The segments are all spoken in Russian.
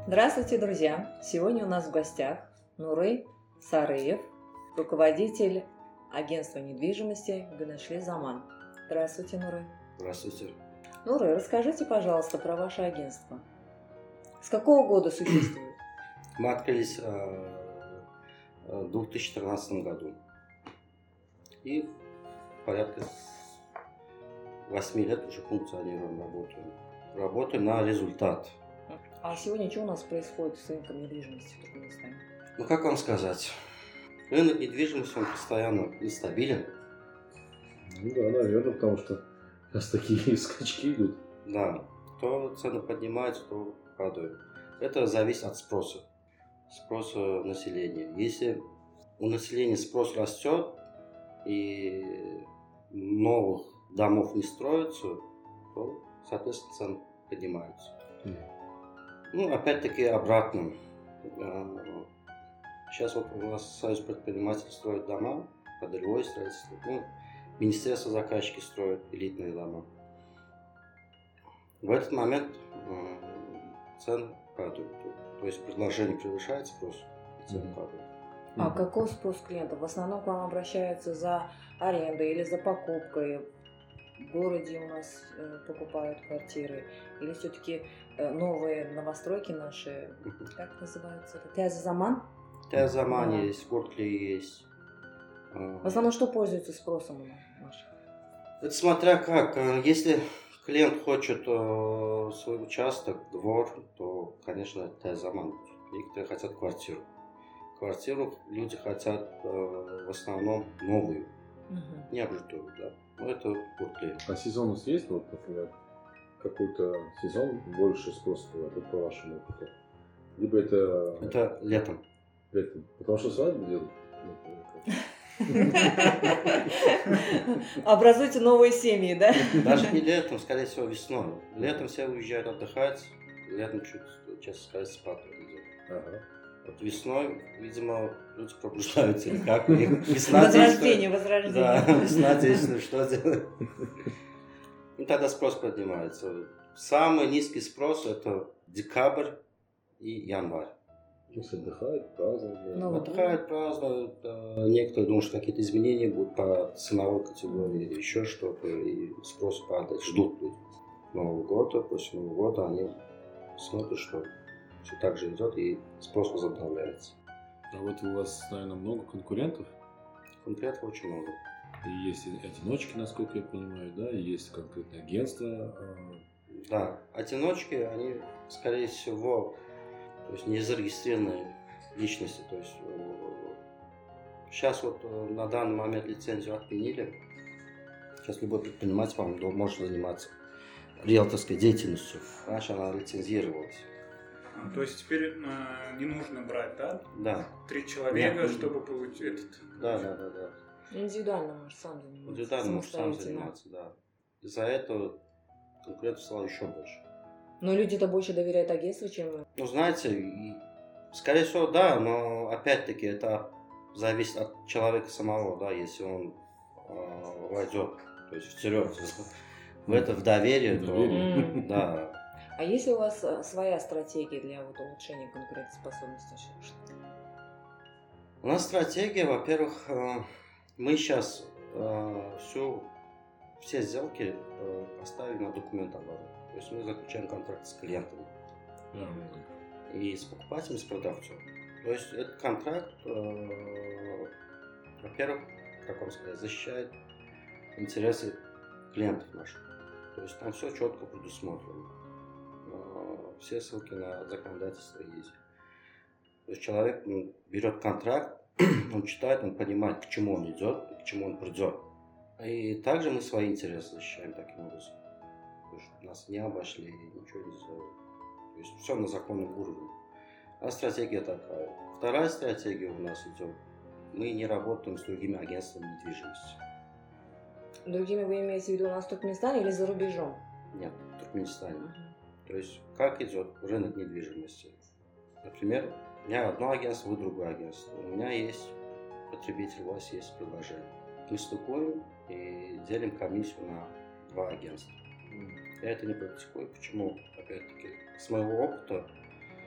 Здравствуйте, друзья! Сегодня у нас в гостях Нуры Сарыев, руководитель агентства недвижимости Гюнешле Заман. Здравствуйте, Нуры. Здравствуйте. Нуры, расскажите, пожалуйста, про ваше агентство. С какого года существует? Мы открылись в 2013 году. И порядка 8 лет уже функционируем, работаем. Работаем на результат. А сегодня что у нас происходит с рынком недвижимости в Туркменистане? Ну, как вам сказать? Рынок недвижимости, он постоянно нестабилен. Ну да, наверное, потому что сейчас такие скачки идут. Да, то цены поднимаются, то падают. Это зависит от спроса населения. Если у населения спрос растет и новых домов не строится, то, соответственно, цены поднимаются. Ну, опять-таки, обратно. Сейчас вот у нас Союз предпринимателей строит дома, подрывное строительство. Ну, министерство заказчики строят элитные дома. В этот момент цены падают. То есть предложение превышает спрос, и цены падают. А какой спрос клиентов? В основном к вам обращаются за арендой или за покупкой? В городе у нас покупают квартиры? Или все-таки новые новостройки наши, как называются? Тез Заман? Тез Заман есть, Гордли есть. В основном что пользуется спросом у нас? Это смотря как. Если клиент хочет свой участок, двор, то, конечно, Тез Заман. Некоторые хотят квартиру. Квартиру люди хотят в основном новую, не обжитую, да. Но это Гордли. А сезонность есть? Вот, например, какой-то сезон больше спроса бывает, по вашему опыту? Либо Это летом. Летом. Потому что свадьбу делают. Образуйте новые семьи, да? Даже не летом, скорее всего, весной. Летом все уезжают отдыхать, летом чуть, честно сказать, спад идет. Ага. Вот весной, видимо, люди пробуждаются, или как у них весна действует. Возрождение. Да, весна действует, что делать? И тогда спрос поднимается. Самый низкий спрос это декабрь и январь. То есть отдыхают, празднуют. Отдыхают, празднуют. Некоторые думают, что какие-то изменения будут по ценовой категории или еще что-то, и спрос падает, ждут люди Нового года. После Нового года они смотрят, что все так же идет, и спрос возобновляется. А вот у вас, наверное, много конкурентов? Конкретно очень много. И есть одиночки, насколько я понимаю, да, и есть конкретное агентство. Да, одиночки, они, скорее всего, то есть не зарегистрированные личности. То есть сейчас вот на данный момент лицензию отменили. Сейчас любой предприниматель, по-моему, может заниматься риэлторской деятельностью. Раньше она лицензировалась. То есть теперь не нужно брать, да? Да. 3 человека, Нет, чтобы получить этот. Да. Индивидуально может сам заниматься. Индивидуально может сам заниматься, да. Из-за этого конкуренция стала еще больше. Но люди-то больше доверяют агентству, чем... Ну, знаете, скорее всего, да, но опять-таки это зависит от человека самого, да, если он войдет, то есть втерется в это, в доверие, то да. А есть ли у вас своя стратегия для вот улучшения конкурентоспособности? У нас стратегия, во-первых, мы сейчас все сделки поставили на документооборот. То есть мы заключаем контракт с клиентами. И с покупателем, и с продавцом. То есть этот контракт, во-первых, как вам сказать, защищает интересы клиентов наших. То есть там все четко предусмотрено. Все ссылки на законодательство есть. То есть человек берет контракт, он читает, он понимает, к чему он идет, к чему он придет. И также мы свои интересы защищаем таким образом. То есть нас не обошли, ничего не сделали. То есть все на законном уровне. А стратегия такая. Вторая стратегия у нас идет. Мы не работаем с другими агентствами недвижимости. Другими вы имеете в виду у нас в Туркменистане или за рубежом? Нет, в Туркменистане. То есть как идет рынок недвижимости? Например, у меня одно агентство, вы другое агентство. У меня есть потребитель, у вас есть предложение. Мы стыкуем и делим комиссию на 2 агентства. Я это не практикую. Почему? Опять-таки, с моего опыта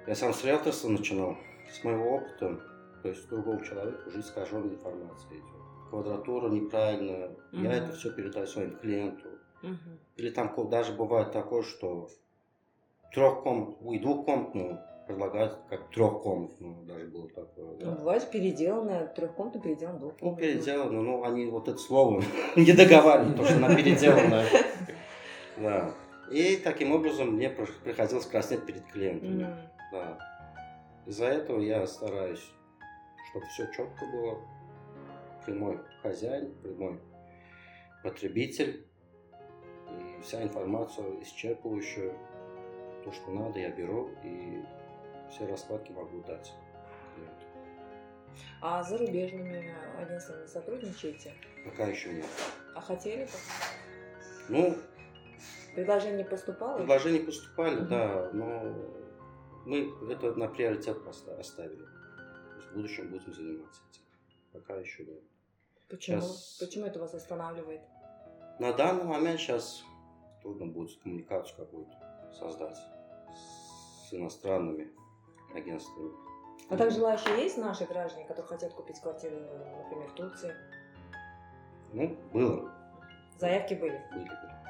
Я сам с риэлторства начинал, с моего опыта, то есть другого человека уже искаженная информация идет. Квадратура неправильная, я это все передаю своим клиенту. Или там даже бывает такое, что трехкомнатную и двухкомнатную предлагают как трехкомнатную, даже было такое. Да. Бывает переделанная, трехкомнатная переделана двухкомнатная. Ну, переделанная, но они вот это слово не договаривают, потому что она переделанная. Да. И таким образом мне приходилось краснеть перед клиентами. Да. Из-за этого я стараюсь, чтобы все четко было. Прямой хозяин, прямой потребитель. И вся информация исчерпывающая. То, что надо, я беру, и все раскладки могу дать клиенту. А с зарубежными агентствами сотрудничаете? Пока еще нет. А хотели бы? Ну, Предложение поступало? предложения поступали, да, но мы это на приоритет оставили. То есть в будущем будем заниматься этим. Пока еще нет. Почему? Сейчас... Почему это вас останавливает? На данный момент сейчас трудно будет коммуникацию какую-то создать с иностранными агентствами. А так желающие есть наши граждане, которые хотят купить квартиру, например, в Турции? Ну, было. Заявки были? Были.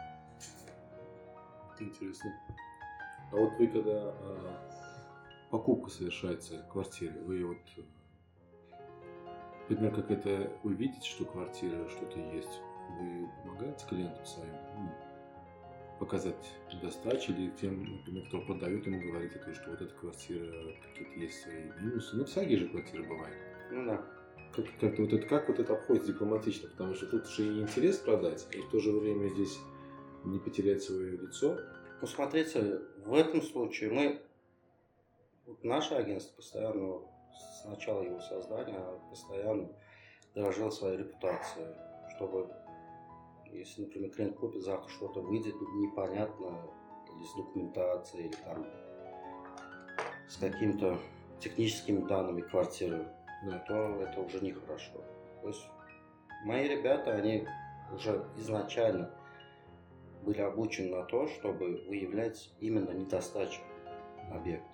Интересно. А вот вы, когда покупка совершается квартиры, вы вот, например, как это, вы видите, что квартира, что-то есть, вы помогаете клиентам своим показать недостачи, или тем, например, кто продает, ему говорите, что вот эта квартира, какие-то есть свои минусы. Ну, всякие же квартиры бывают. Ну да. Как вот это обходится дипломатично, потому что тут же и интерес продать, и в то же время здесь не потерять свое лицо. Ну, смотрите, в этом случае наше агентство постоянно, с начала его создания, постоянно дорожило своей репутацией, чтобы, если, например, клиент купит, завтра что-то выйдет непонятно, или с документацией, или там с какими-то техническими данными квартиры, Да. то это уже нехорошо. То есть мои ребята, они уже изначально были обучены на то, чтобы выявлять именно недостачу объектов.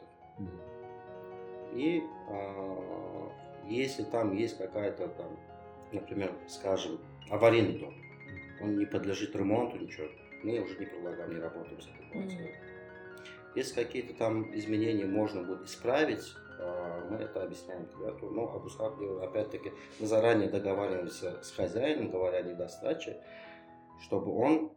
И если там есть какая-то, там, например, скажем, аварийный дом, он не подлежит ремонту, ничего, мы уже не предлагаем, не работаем с этой квартирой. Если какие-то там изменения можно будет исправить, мы это объясняем клиенту. Но опять-таки мы заранее договариваемся с хозяином, говоря о недостаче, чтобы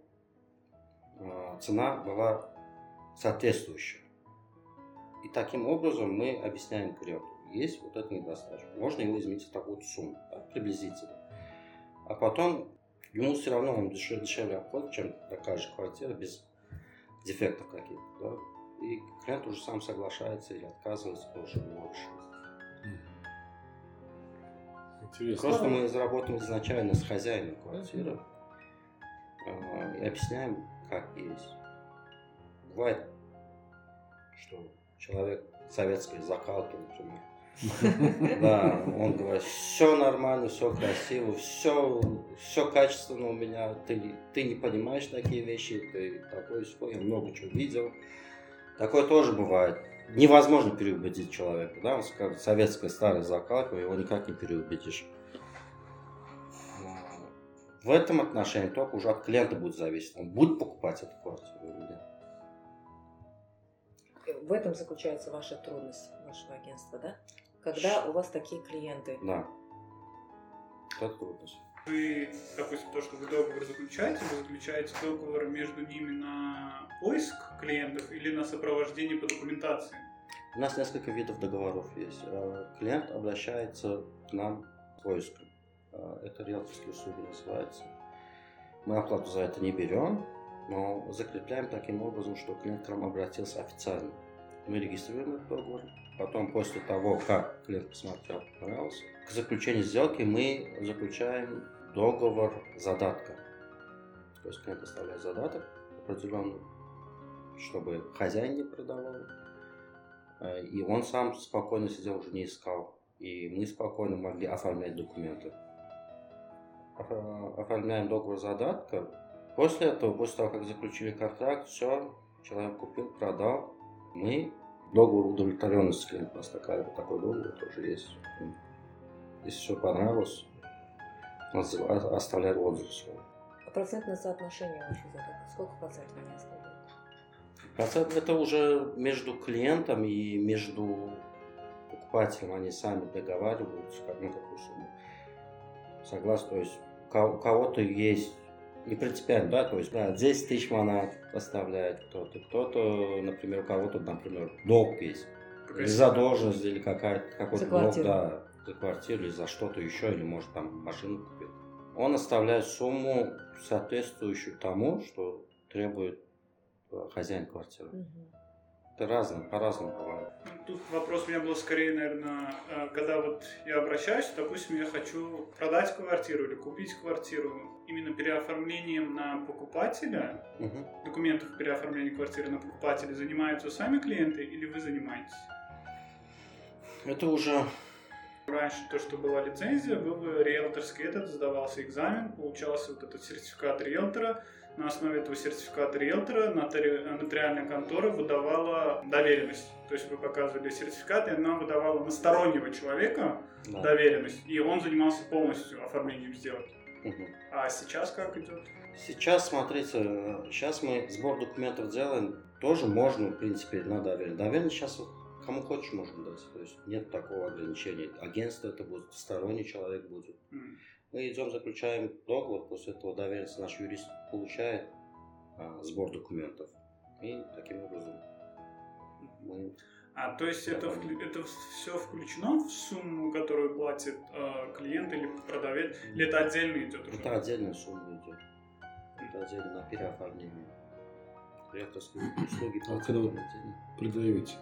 цена была соответствующая. И таким образом мы объясняем клиенту, есть вот эта недостача, можно его изменить в такую сумму, да, приблизительно. А потом ему все равно он дешевле обходит, чем такая же квартира без дефектов каких-то. Да? И клиент уже сам соглашается или отказывается, тоже его решение. Интересно. Просто мы заработаем изначально с хозяином квартиры и объясняем, как есть. Бывает, что человек советской закалки, например. Да, он говорит, все нормально, все красиво, все качественно у меня, ты не понимаешь такие вещи, ты такой сякой, я много чего видел. Такое тоже бывает. Невозможно переубедить человека, да, он скажет, советская старая закалка, его никак не переубедишь. В этом отношении только уже от клиента будет зависеть, он будет покупать эту квартиру или нет. В этом заключается ваша трудность вашего агентства, да? Когда у вас такие клиенты. Да. Это трудность. Вы, допустим, то, что вы договор заключаете, вы заключаете договор между ними на поиск клиентов или на сопровождение по документации? У нас несколько видов договоров есть. Клиент обращается к нам с поиском. Это риэлторские услуги называется. Мы оплату за это не берем, но закрепляем таким образом, что клиент к нам обратился официально. Мы регистрируем этот договор. Потом, после того, как клиент посмотрел, понравился, к заключению сделки мы заключаем договор задатка. То есть клиент оставляет задаток определенный, чтобы хозяин не продавал. И он сам спокойно сидел, уже не искал. И мы спокойно могли оформлять документы. Оформляем договор задатка. После этого, после того, как заключили контракт, все, человек купил, продал, мы договор удовлетворенности клиента. У нас такой договор тоже есть. Если все понравилось, оставляют отзыв свой. А процентное соотношение вообще за это? Сколько процентов они оставляют? Процент это уже между клиентом и между покупателем. Они сами договариваются, какую сумму. Согласно, то есть у кого-то есть не принципиально, да, то есть 10 тысяч монат оставляет кто-то, например, у кого-то, например, долг есть. Или задолженность, или какой-то долг, да, за квартиру, или за что-то еще, или может там машину купить. Он оставляет сумму, соответствующую тому, что требует хозяин квартиры. Это по-разному бывает. Тут вопрос у меня был скорее, наверное, когда вот я обращаюсь, допустим, я хочу продать квартиру или купить квартиру, именно переоформлением на покупателя, документов переоформления квартиры на покупателя занимаются сами клиенты или вы занимаетесь? Это уже... Раньше то, что была лицензия, был риэлторский сдавался экзамен, получался вот этот сертификат риэлтора. На основе этого сертификата риэлтора нотариальная контора выдавала доверенность. То есть вы показывали сертификат, и она выдавала на стороннего человека доверенность, и он занимался полностью оформлением сделки. А сейчас как идет? Сейчас, смотрите, сейчас мы сбор документов делаем, тоже можно, в принципе, на доверенность. Доверенность сейчас кому хочешь можно дать, то есть нет такого ограничения. Агентство это будет, сторонний человек будет. Мы идем, заключаем договор, после этого доверенность наш юрист получает сбор документов. И таким образом мы... то есть это все включено в сумму, которую платит клиент или продавец, или это отдельно идет уже? Это отдельная сумма идет. Это отдельно на переоформление. Риэлторские услуги платят отдельно. Продаете.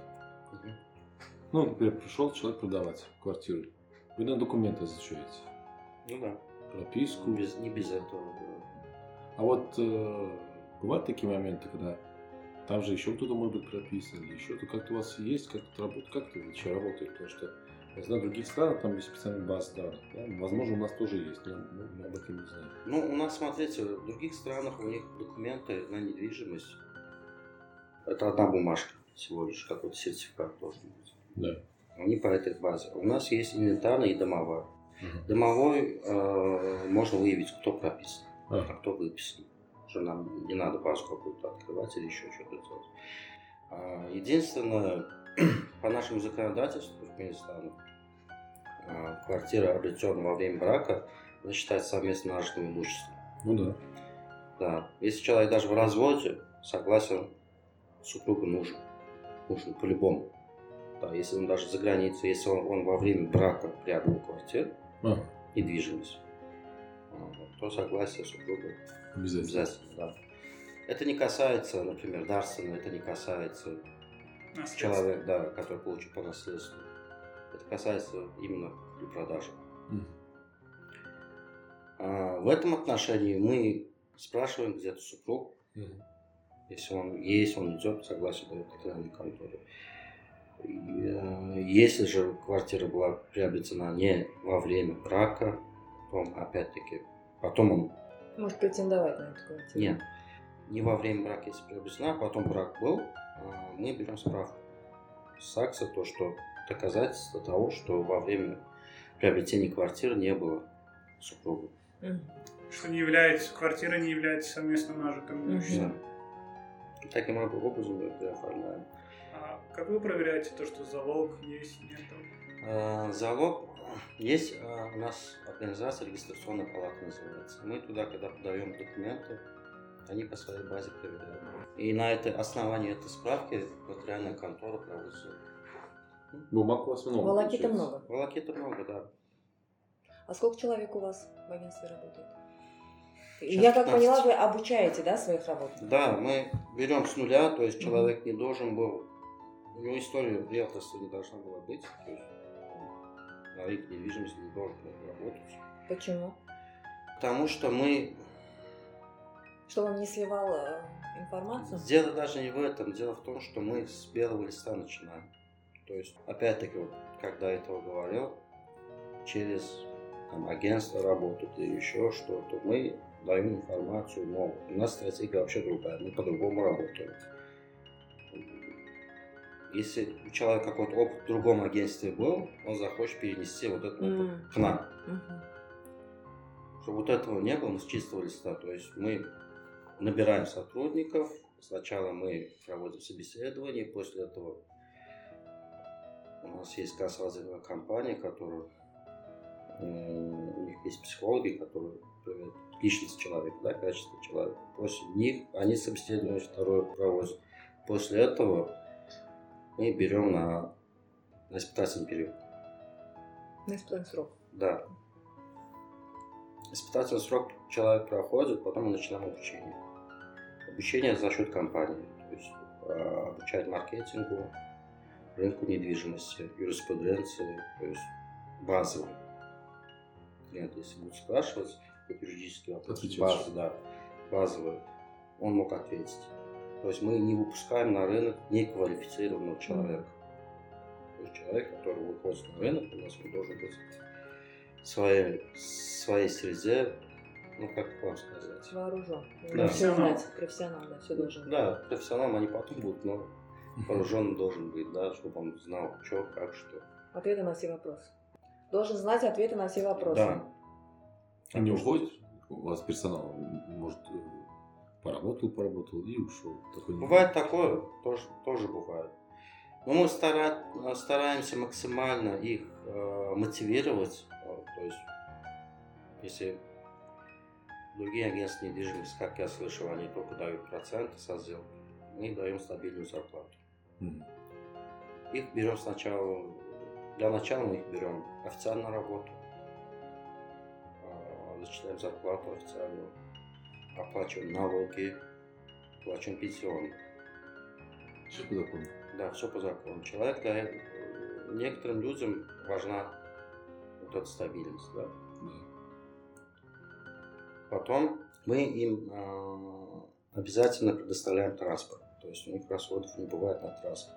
Ну, например, пришел человек продавать квартиру. Вы на документы изучаете. Ну да. Прописку. Не без этого. А вот бывают такие моменты, когда там же еще кто-то может быть прописан, или еще как-то у вас есть, как-то работает, как это вообще работает, потому что я знаю, в других странах там есть специальные базы данных, да? Возможно, у нас тоже есть, но мы об этом не знаем. Ну, у нас, смотрите, в других странах у них документы на недвижимость, это одна бумажка всего лишь, какой-то сертификат должен быть. Да. Они по этой базе. У нас есть инвентарная и домовая. Домовой можно выявить, кто прописан, а кто выписан. Что нам не надо базу какую-то открывать или еще что-то делать. Единственное, по нашему законодательству Туркменистана, квартира, обретенная во время брака, она считается совместно нажитым имуществом. Ну да. Да. Если человек даже в разводе, согласен, супругу нужен по-любому. Да, если он даже за границей, если он во время брака приобрел квартиру, недвижимость, то согласие супруга обязательно. Да. Это не касается, например, дарственного, это не касается человека, да, который получил по наследству. Это касается именно при продаже. В этом отношении мы спрашиваем где-то супруг. Если он есть, он идет, согласие дает нотариальной конторе. Если же квартира была приобретена не во время брака, то опять-таки потом он может претендовать на эту квартиру. Нет, не во время брака, если приобретена, потом брак был, мы берем справку с САГСа, то что доказательство того, что во время приобретения квартиры не было супруга. Что квартира не является совместно нажитым имуществом. Таким образом мы это оформляем. А как вы проверяете то, что залог есть, нет? Залог есть, у нас организация регистрационная палата называется. Мы туда, когда подаем документы, они по своей базе проверяют. И на основании этой справки нотариальная контора проводится. Бумаг у вас много. Волокита много. Волокита много, да. А сколько человек у вас в агентстве работает? Сейчас Я как 15. поняла, вы обучаете, да, своих работников? Да, мы берем с нуля, то есть человек не должен был, у него история риэлторства не должна была быть, то есть на рынке недвижимости не должен был работать. Почему? Потому что мы... Чтобы он не сливал информацию? Дело даже не в этом, дело в том, что мы с белого листа начинаем. То есть, опять-таки, вот, когда этого говорил, через агентство работают или еще что-то, мы даем информацию новую. У нас стратегия вообще другая, мы по-другому работаем. если у человека какой-то опыт в другом агентстве был, он захочет перенести вот этот опыт к нам. Чтобы вот этого не было, мы с чистого листа. То есть мы набираем сотрудников, сначала мы проводим собеседование, после этого у нас есть кассово-отзывная компания, которая у них есть психологи, которые проверяют личность человека, да, качество человека. После них они собеседование второе проводят. После этого мы берем на испытательный период. На испытательный срок? Да. Испытательный срок человек проходит, потом мы начинаем обучение. Обучение за счет компании. То есть обучать маркетингу, рынку недвижимости, юриспруденции, то есть базовый. Клиент, если будет спрашивать, юридический вопрос, базовый, он мог ответить. То есть мы не выпускаем на рынок неквалифицированного человека. То есть человек, который выходит на рынок, у нас он должен быть в своей среде, ну как вам сказать? Вооружен. Да. Профессионал, да, все должен быть. Да, профессионалом они потом будут, но вооружен должен быть, да, чтобы он знал, что, как, что. Ответы на все вопросы. Должен знать ответы на все вопросы. Да. А не уходит? У вас персонал, может, поработал и ушел. Бывает такое, тоже бывает. Но мы стараемся максимально их мотивировать. То есть, если другие агентства недвижимости, как я слышал, они только дают проценты со сделки, мы даем стабильную зарплату. Их берем сначала, для начала мы их берем официально на работу, зачитаем зарплату официальную, оплачиваем налоги, оплачиваем пенсионный. Все по закону. Да, все по закону. Некоторым людям важна вот эта стабильность, да. Потом мы им обязательно предоставляем транспорт. То есть у них расходов не бывает на транспорт.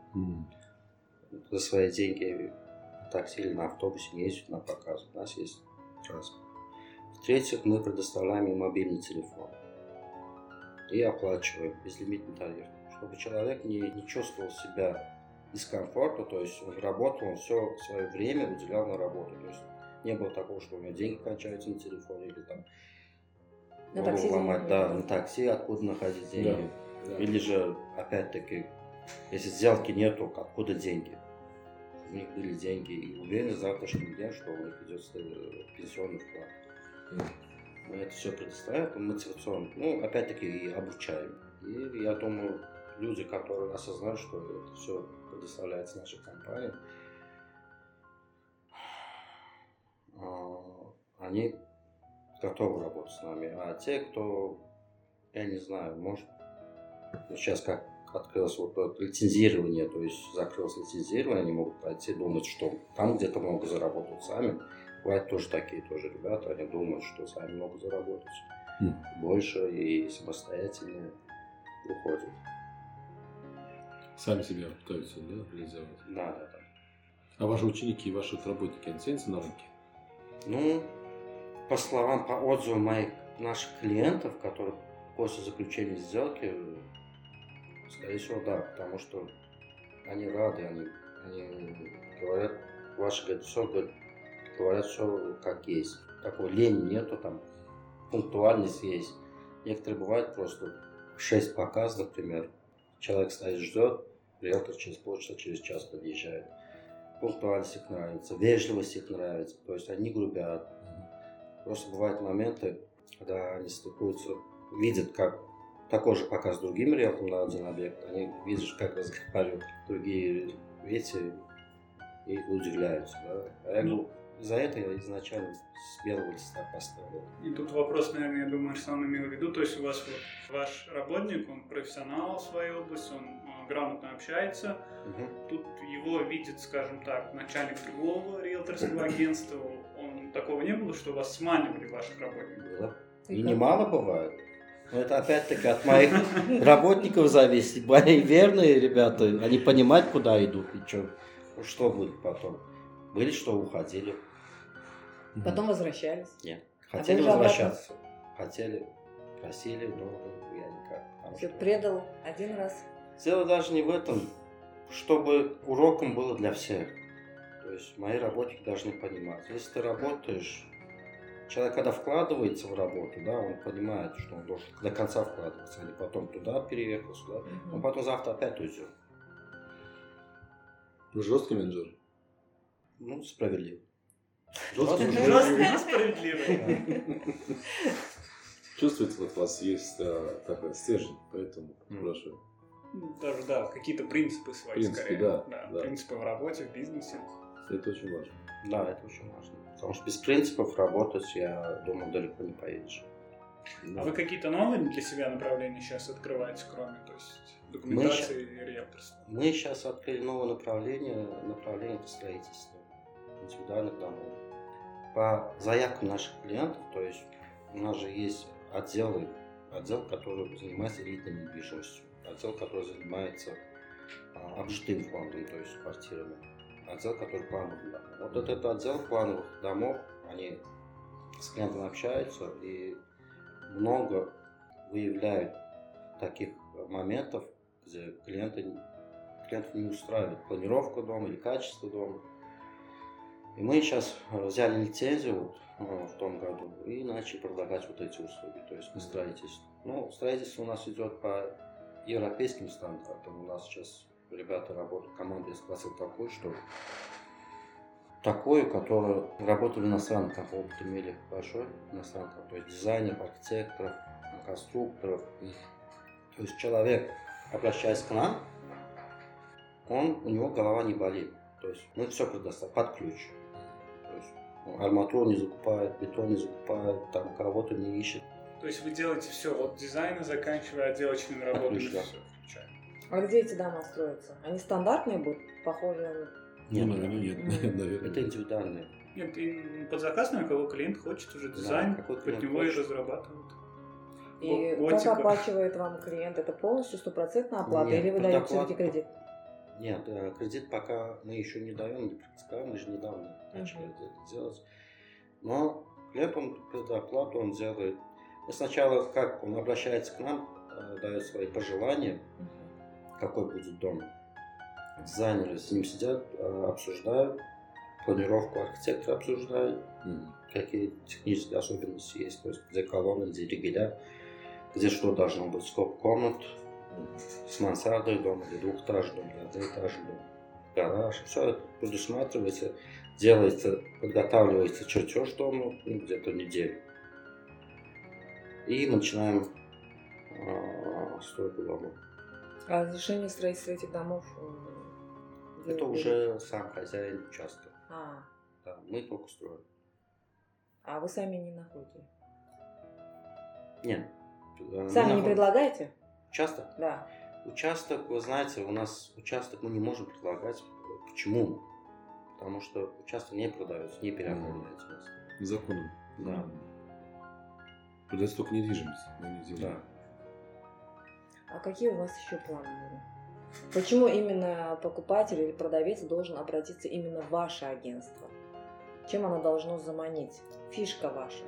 За свои деньги на такси или на автобусе не ездят на показ. У нас есть транспорт. В-третьих, мы предоставляем им мобильный телефон. И оплачиваем безлимитный тариф. Чтобы человек не чувствовал себя дискомфортно, то есть он работал, он все свое время уделял на работу. То есть не было такого, что у него деньги кончаются на телефоне или там на такси ломать, да, на такси, откуда находить деньги. Да. Или же, опять-таки, если сделки нету, откуда деньги? У них были деньги и уверенность в завтрашнем дне, что у них идет пенсионный вклад. Мы это все предоставляем, мотивационно, ну, опять-таки, и обучаем. И я думаю, люди, которые осознают, что это все предоставляется нашей компании, они готовы работать с нами. А те, кто, я не знаю, может, сейчас как открылось вот это лицензирование, то есть закрылось лицензирование, они могут пойти думать, что там где-то много заработают сами. Бывают тоже такие тоже ребята, они думают, что сами могут заработать больше и самостоятельнее уходят. Сами себя пытаются, да, реализовать? Да. А ваши ученики, ваши работники, они ценятся на рынке? Ну, по словам, по отзывам наших клиентов, которые после заключения сделки, скорее всего, да, потому что они рады, они говорят, говорят все как есть. Такой лени нету, там пунктуальность есть. Некоторые бывают просто 6 показов, например. Человек стоит, ждет, риэлтор через полчаса, через час подъезжает. Пунктуальность их нравится, вежливость их нравится. То есть они грубят. Просто бывают моменты, когда они стыкуются, видят, как такой же показ с другим риэлтором на один объект. Они видят, как разговаривают другие эти и удивляются. Да? А я говорю, за это я изначально с белого листа поставил. И тут вопрос, наверное, я думаю, что он имел в виду. То есть у вас вот ваш работник, он профессионал в своей области, он грамотно общается. Тут его видит, скажем так, начальник другого риэлторского агентства. Такого не было, что вас сманивали ваших работников? Было. И немало бывает. Но это опять-таки от моих работников зависит. Более верные ребята, они понимают, куда идут и что будет потом. Были, что уходили. Потом возвращались? Нет. Хотели возвращаться. Хотели, просили, но я никак. Ты предал один раз? Дело даже не в этом. чтобы уроком было для всех. То есть мои работники должны понимать. Если ты работаешь, человек, когда вкладывается в работу, да, он понимает, что он должен до конца вкладываться, а не потом туда переехал, сюда. Он потом завтра опять уйдет. Жесткий менеджер. Ну, справедливо. Жесткий Жесткий, но справедливый. Чувствуется, вот у вас есть такой стержень, поэтому спрашиваю. Даже, да, какие-то принципы свои, Принципы, скорее. да. Принципы в работе, в бизнесе. Это очень важно. Да, это очень важно. Потому что без принципов работать, я думаю, далеко не поедешь. А вы какие-то новые для себя направления сейчас открываете, кроме, то есть, документации и риэлторства? Мы сейчас открыли новое направление это строительство индивидуальных домов. По заявкам наших клиентов, то есть у нас же есть отдел, который занимается элитной недвижимостью, отдел, который занимается обжитым фондом, то есть квартирами, отдел, который плановых домов. Вот этот отдел плановых домов, они с клиентами общаются и много выявляют таких моментов, где клиентов не устраивает планировка дома или качество дома. И мы сейчас взяли лицензию в том году и начали предлагать вот эти услуги, то есть на строительство. Ну, строительство у нас идет по европейским стандартам. У нас сейчас ребята работают, команда, я спросил такую, которая работали иностранных опыт имели большой иностранных, то есть дизайнеров, архитекторов, конструкторов. То есть человек, обращаясь к нам, у него голова не болит. То есть мы все предоставим под ключ. То есть арматуру не закупает, бетон не закупает, там кого-то не ищет. То есть вы делаете все, от дизайна, заканчивая отделочными работами, Отлично. все включаем. А где эти дома строятся? Они стандартные будут, похожи на... Нет, наверное. это индивидуальные. Нет, и под заказ на кого клиент хочет уже дизайн, какой под клиент него и хочет. разрабатывают. И Готика. как оплачивает вам клиент? Это полностью стопроцентная оплата? Нет, Или вы даете все-таки кредит? Нет, кредит пока мы еще не даем, не предоставим, мы же недавно начали это делать. Но клиент, он предоплату он делает. И сначала, как он обращается к нам, дает свои пожелания, какой будет дом. Дизайнеры с ним сидят, обсуждают, планировку архитектора обсуждают, какие технические особенности есть, то есть где колонны, где ригеля, где что должно быть, сколько комнат, с мансардой дома, или двухэтажный дом, или одноэтажный дом, гараж. Все это предусматривается, делается, подготавливается чертеж дома где-то неделю. И мы начинаем стройку дома. А разрешение строительства этих домов? Это уже сам хозяин участка. Да, мы только строим. А вы сами не находите? Нет. Сами не предлагаете? Участок? Да. Участок, вы знаете, у нас участок мы не можем предлагать. Почему? Потому что участок не продается, не переоформляется у нас. Законом. Да. Продается только недвижимость, но не земля. Да. А какие у вас еще планы? Почему именно покупатель или продавец должен обратиться именно в ваше агентство? Чем оно должно заманить? Фишка ваша.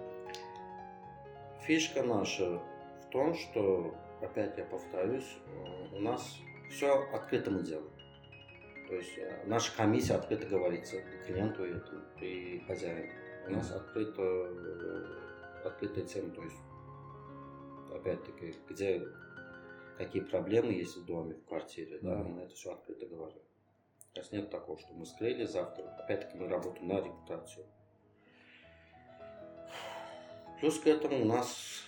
Фишка наша в том, что, опять я повторюсь, у нас все открыто мы делаем. То есть наша комиссия открыто говорится клиенту и хозяину. У нас открытая тема, то есть опять-таки, где какие проблемы есть в доме, в квартире, да, мы это все открыто говорим. То есть нет такого, что мы скрыли завтра. Опять-таки мы работаем на репутацию. Плюс к этому у нас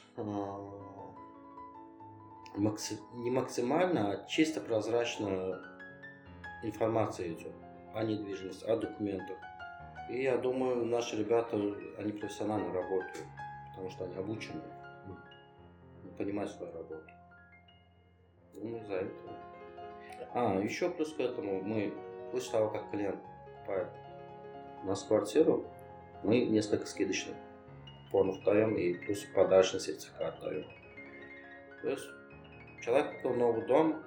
не максимально, а чисто прозрачная информация идет о недвижимости, о документах. И я думаю, наши ребята, они профессионально работают, потому что они обучены, понимают свою работу. Думаю, за это. Еще плюс к этому, мы после того, как клиент покупает у нас квартиру, мы несколько скидочных купонов даем и плюс подарочный сертификат даем. То есть человек купил новый дом,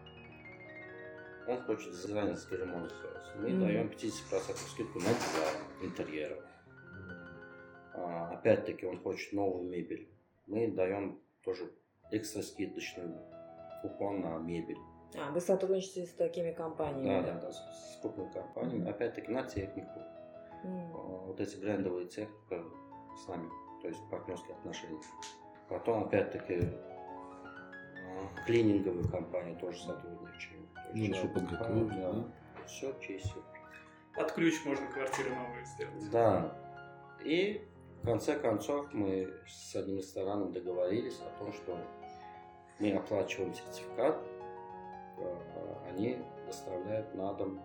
он хочет дизайнерский ремонт сделать. Мы даем 50% скидку на дизайн интерьера. Опять-таки он хочет новую мебель. Мы даем тоже экстра скидочный купон на мебель Вы сотрудничаете с такими компаниями, Да, с крупными компаниями. Опять-таки на технику. Вот эти брендовые техники с нами, то есть партнерские отношения. Потом, опять-таки, клининговые компании тоже сотрудничаем. Еще подготовить, да. Все чистит. Под ключ можно квартиры новые сделать. Да. И в конце концов мы с одним рестораном договорились о том, что мы оплачиваем сертификат, они доставляют на дом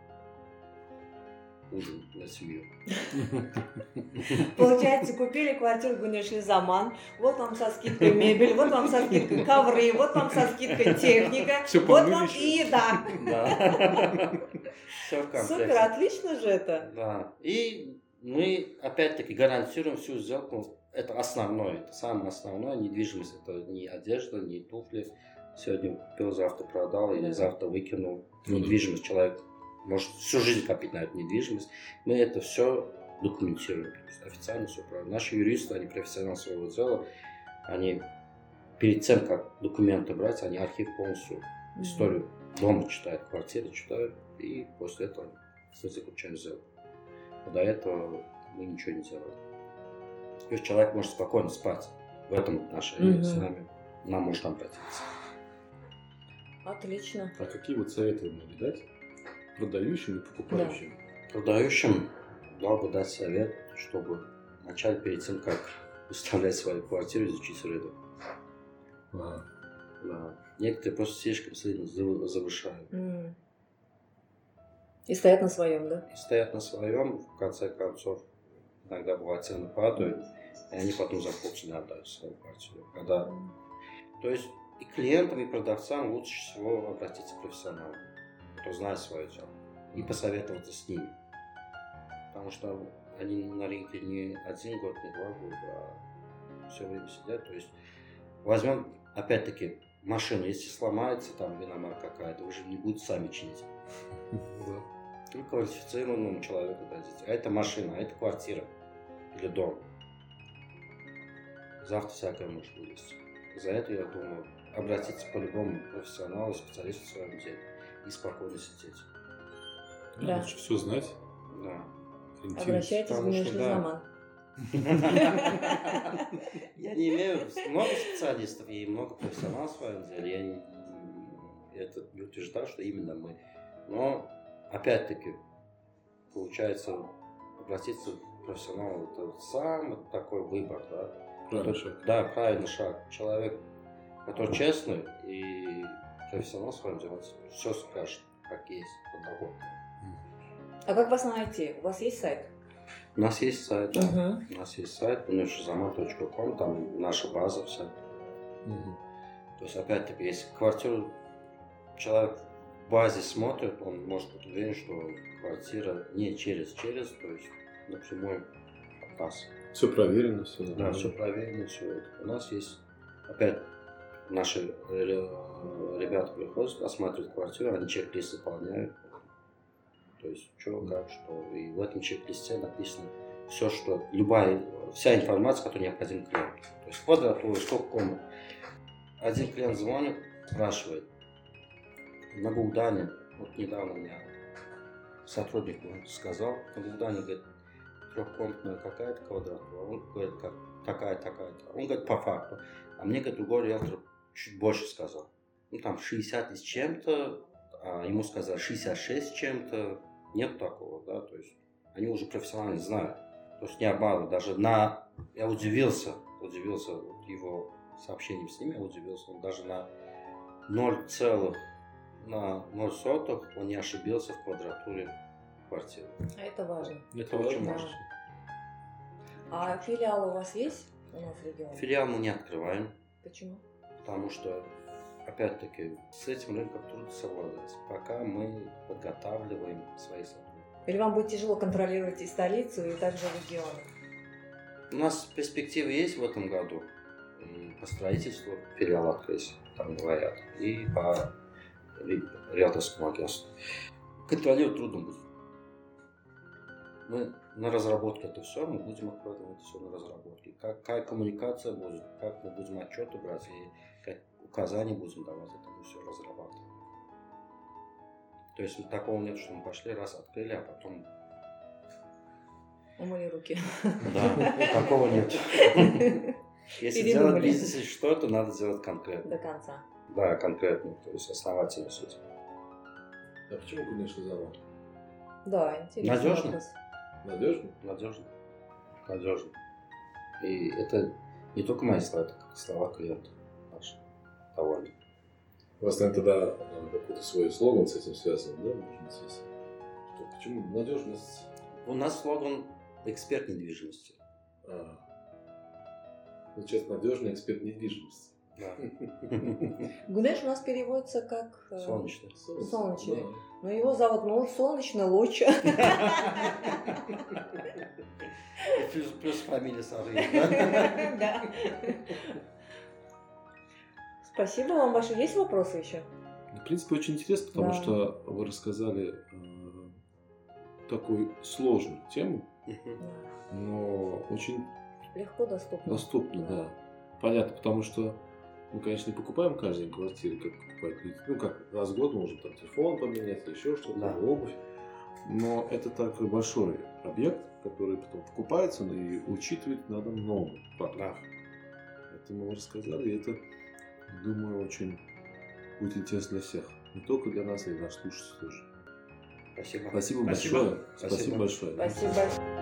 ужин на семью. Получается, купили квартиру Гунешлизаман, вот вам со скидкой мебель, вот вам со скидкой ковры, вот вам со скидкой техника, Всё вот помыли вам ещё? и еда. Да. Все в комплекте. Супер, отлично же это. Да. И мы опять-таки гарантируем всю сделку. Это основное, это самое основное. Недвижимость — это не одежда, не туфли. Сегодня купил, завтра продал или завтра выкинул. Недвижимость человек может всю жизнь копить на эту недвижимость. Мы это все документируем. То есть официально все правильно. Наши юристы, они профессионалы своего дела. Они перед тем, как документы брать, они архив полностью, историю дома читают, квартиры читают. И после этого мы заключаем сделку. До этого мы ничего не делаем. То есть человек может спокойно спать в этом отношении с нами. Нам может обратиться. Отлично. А какие вот советы вы могли дать продающим и покупающим? Продающим дал бы дать совет, чтобы вначале, перед тем, как выставлять свою квартиру, изучить рынок. Да. Некоторые просто слишком сильно завышают. И стоят на своем, да? И стоят на своем, в конце концов, иногда бывает цены падают, и они потом за полцены отдают свою квартиру. То есть и клиентам, и продавцам лучше всего обратиться к профессионалу, кто знает свое дело, и посоветоваться с ними. Потому что они на рынке не 1 год, не 2 года, а все время сидят. То есть возьмем, опять-таки, машину, если сломается, там иномарка какая-то, вы же не будете сами чинить. Только квалифицированному человеку дадите. А это машина, а это квартира или дом. Завтра всякое может вылезти. За это, я думаю, обратиться по-любому к профессионалу, специалисту в своем деле и спокойно сидеть. Да. Лучше все знать. Да. Обращайтесь в Гунешлизаман. Я не имею много специалистов и много профессионалов в своем деле. Я это не утверждаю, что именно мы. Но, опять-таки, получается, обратиться к профессионалу — это самый такой выбор, да? Правильный шаг. Да, правильный шаг. Человек, который честный и профессионал в своем деле, все скажет, как есть, подработка. А как вас найти? У вас есть сайт? У нас есть сайт, да. У нас есть сайт gунешлизаман.com, там наша база вся. То есть, опять-таки, если квартиру человек в базе смотрит, он может быть уверен, что квартира не через, то есть напрямую от нас. Все проверено, все. Да, все проверено, все это. У нас есть, опять, наши ребята приходят, осматривают квартиру, они чек-лист заполняют. То есть, что, как, что. И в этом чек-листе написано все, что, вся информация, которая необходима клиенту. То есть, квадратура, сколько комнат. Один клиент звонит, спрашивает, на Гугдане, вот недавно у меня сотрудник сказал, на Гугдане, говорит, 3-комнатная какая-то квадратура, он говорит, как такая-то. Он говорит, по факту. А мне, говорит, другой риэлтор чуть больше сказал. Ну, там 60 с чем-то, а ему сказали 66 с чем-то. Нет такого, да, то есть они уже профессионально знают. То есть не обманывают. Даже я удивился вот его сообщением с ними, я удивился. Он даже на 0,0 он не ошибился в квадратуре квартиры. А это важно. Это очень важно. А филиал у вас есть у нас в регионе? Филиал мы не открываем. Почему? Потому что, опять-таки, с этим рынком трудно совладать, пока мы подготавливаем свои сотрудники. Или вам будет тяжело контролировать и столицу, и также регионы? У нас перспективы есть в этом году. И по строительству филиала открыть, там говорят, и по риэлторскому агентству. Контролировать трудно будет. Мы на разработке это все, мы будем откладывать все на разработке. Какая коммуникация будет, как мы будем отчеты брать и как указания будем давать, это мы все разрабатываем. То есть такого нет, что мы пошли, раз открыли, а потом... Умыли руки. Да, такого нет. Если делать в бизнесе что-то, надо делать конкретно. До конца. Да, конкретно, то есть основательно суть. А почему, конечно, завод? Да, интересно. Надежно? Надежно? Надежно. Надежно. И это не только мои слова, это как слова клиентов наших. Довольно. У вас, наверное, тогда какой-то свой слоган с этим связан, да? Может быть, есть? Почему надежность? У нас слоган «Эксперт недвижимости». Сейчас надежный эксперт недвижимости. Да. Гунеш у нас переводится как... Солнечный. Солнечный. Да. Но его зовут, солнечный луч. Плюс фамилия Сары. Да. Спасибо вам большое. Есть вопросы еще? В принципе, очень интересно, потому Да. что вы рассказали такую сложную тему, но очень Легко доступно. доступно, да. Понятно, потому что мы, конечно, не покупаем каждый день квартиры, как покупают люди. Ну, как раз в год можем там телефон поменять, или еще что-то, Да. обувь. Но это такой большой объект, который потом покупается, но и учитывать надо много факторов. Это мы рассказали, и это, думаю, очень будет интересно для всех. Не только для нас, и для наших слушателей тоже. Спасибо. Спасибо Спасибо. большое. Спасибо. Спасибо большое. Спасибо большое.